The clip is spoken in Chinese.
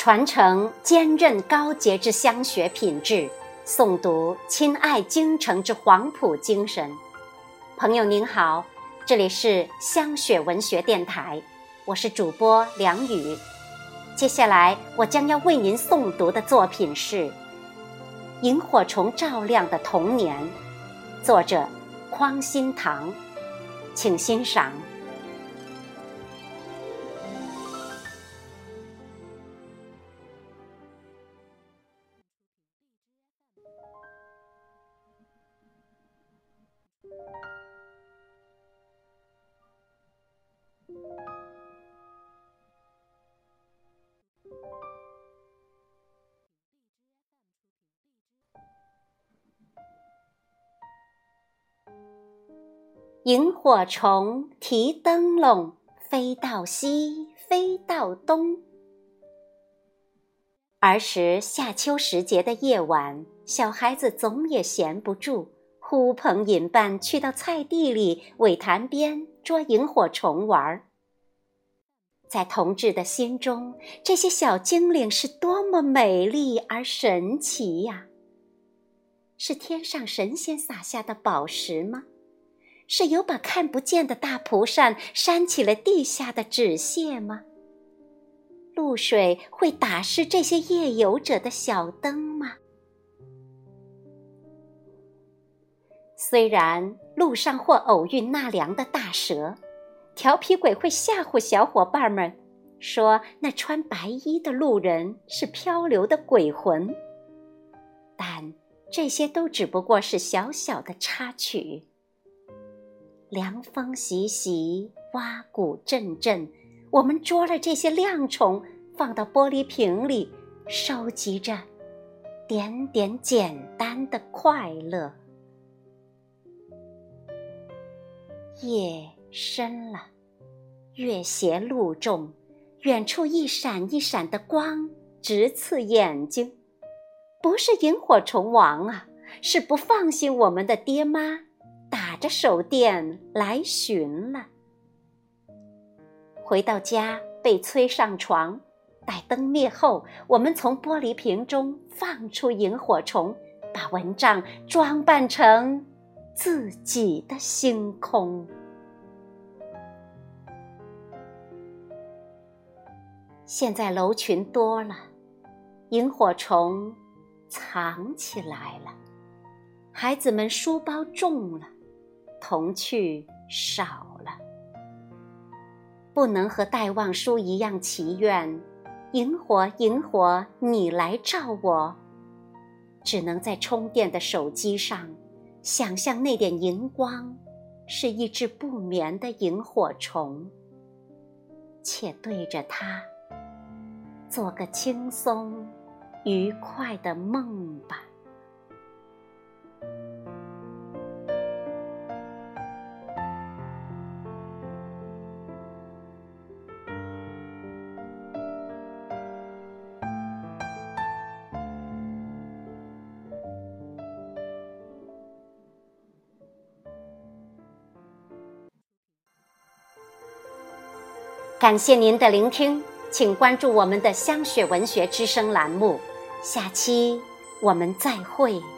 传承坚韧高洁之香雪品质，诵读亲爱京城之黄埔精神。朋友您好，这里是香雪文学电台，我是主播梁宇。接下来我将要为您诵读的作品是《萤火虫照亮的童年》，作者匡新堂，请欣赏。萤火虫提灯笼，飞到西，飞到东。儿时夏秋时节的夜晚，小孩子总也闲不住，呼朋引伴去到菜地里、苇潭边捉萤火虫玩。在同志的心中，这些小精灵是多么美丽而神奇呀！是天上神仙撒下的宝石吗？是有把看不见的大蒲扇扇起了地下的纸屑吗？露水会打湿这些夜游者的小灯吗？虽然路上或偶遇纳凉的大蛇，调皮鬼会吓唬小伙伴们，说那穿白衣的路人是漂流的鬼魂，但这些都只不过是小小的插曲。凉风习习，蛙鼓阵阵，我们捉了这些亮虫，放到玻璃瓶里，收集着点点简单的快乐。夜深了，月斜路重，远处一闪一闪的光直刺眼睛。不是萤火虫王啊，是不放心我们的爹妈打着手电来寻了。回到家被催上床，待灯灭后，我们从玻璃瓶中放出萤火虫，把蚊帐装扮成自己的星空。现在楼群多了，萤火虫藏起来了，孩子们书包重了，童趣少了。不能和戴望舒一样祈愿萤火萤火你来照我，只能在充电的手机上想象那点荧光是一只不眠的萤火虫，且对着它做个轻松愉快的梦吧。感谢您的聆听，请关注我们的香雪文学之声栏目，下期我们再会。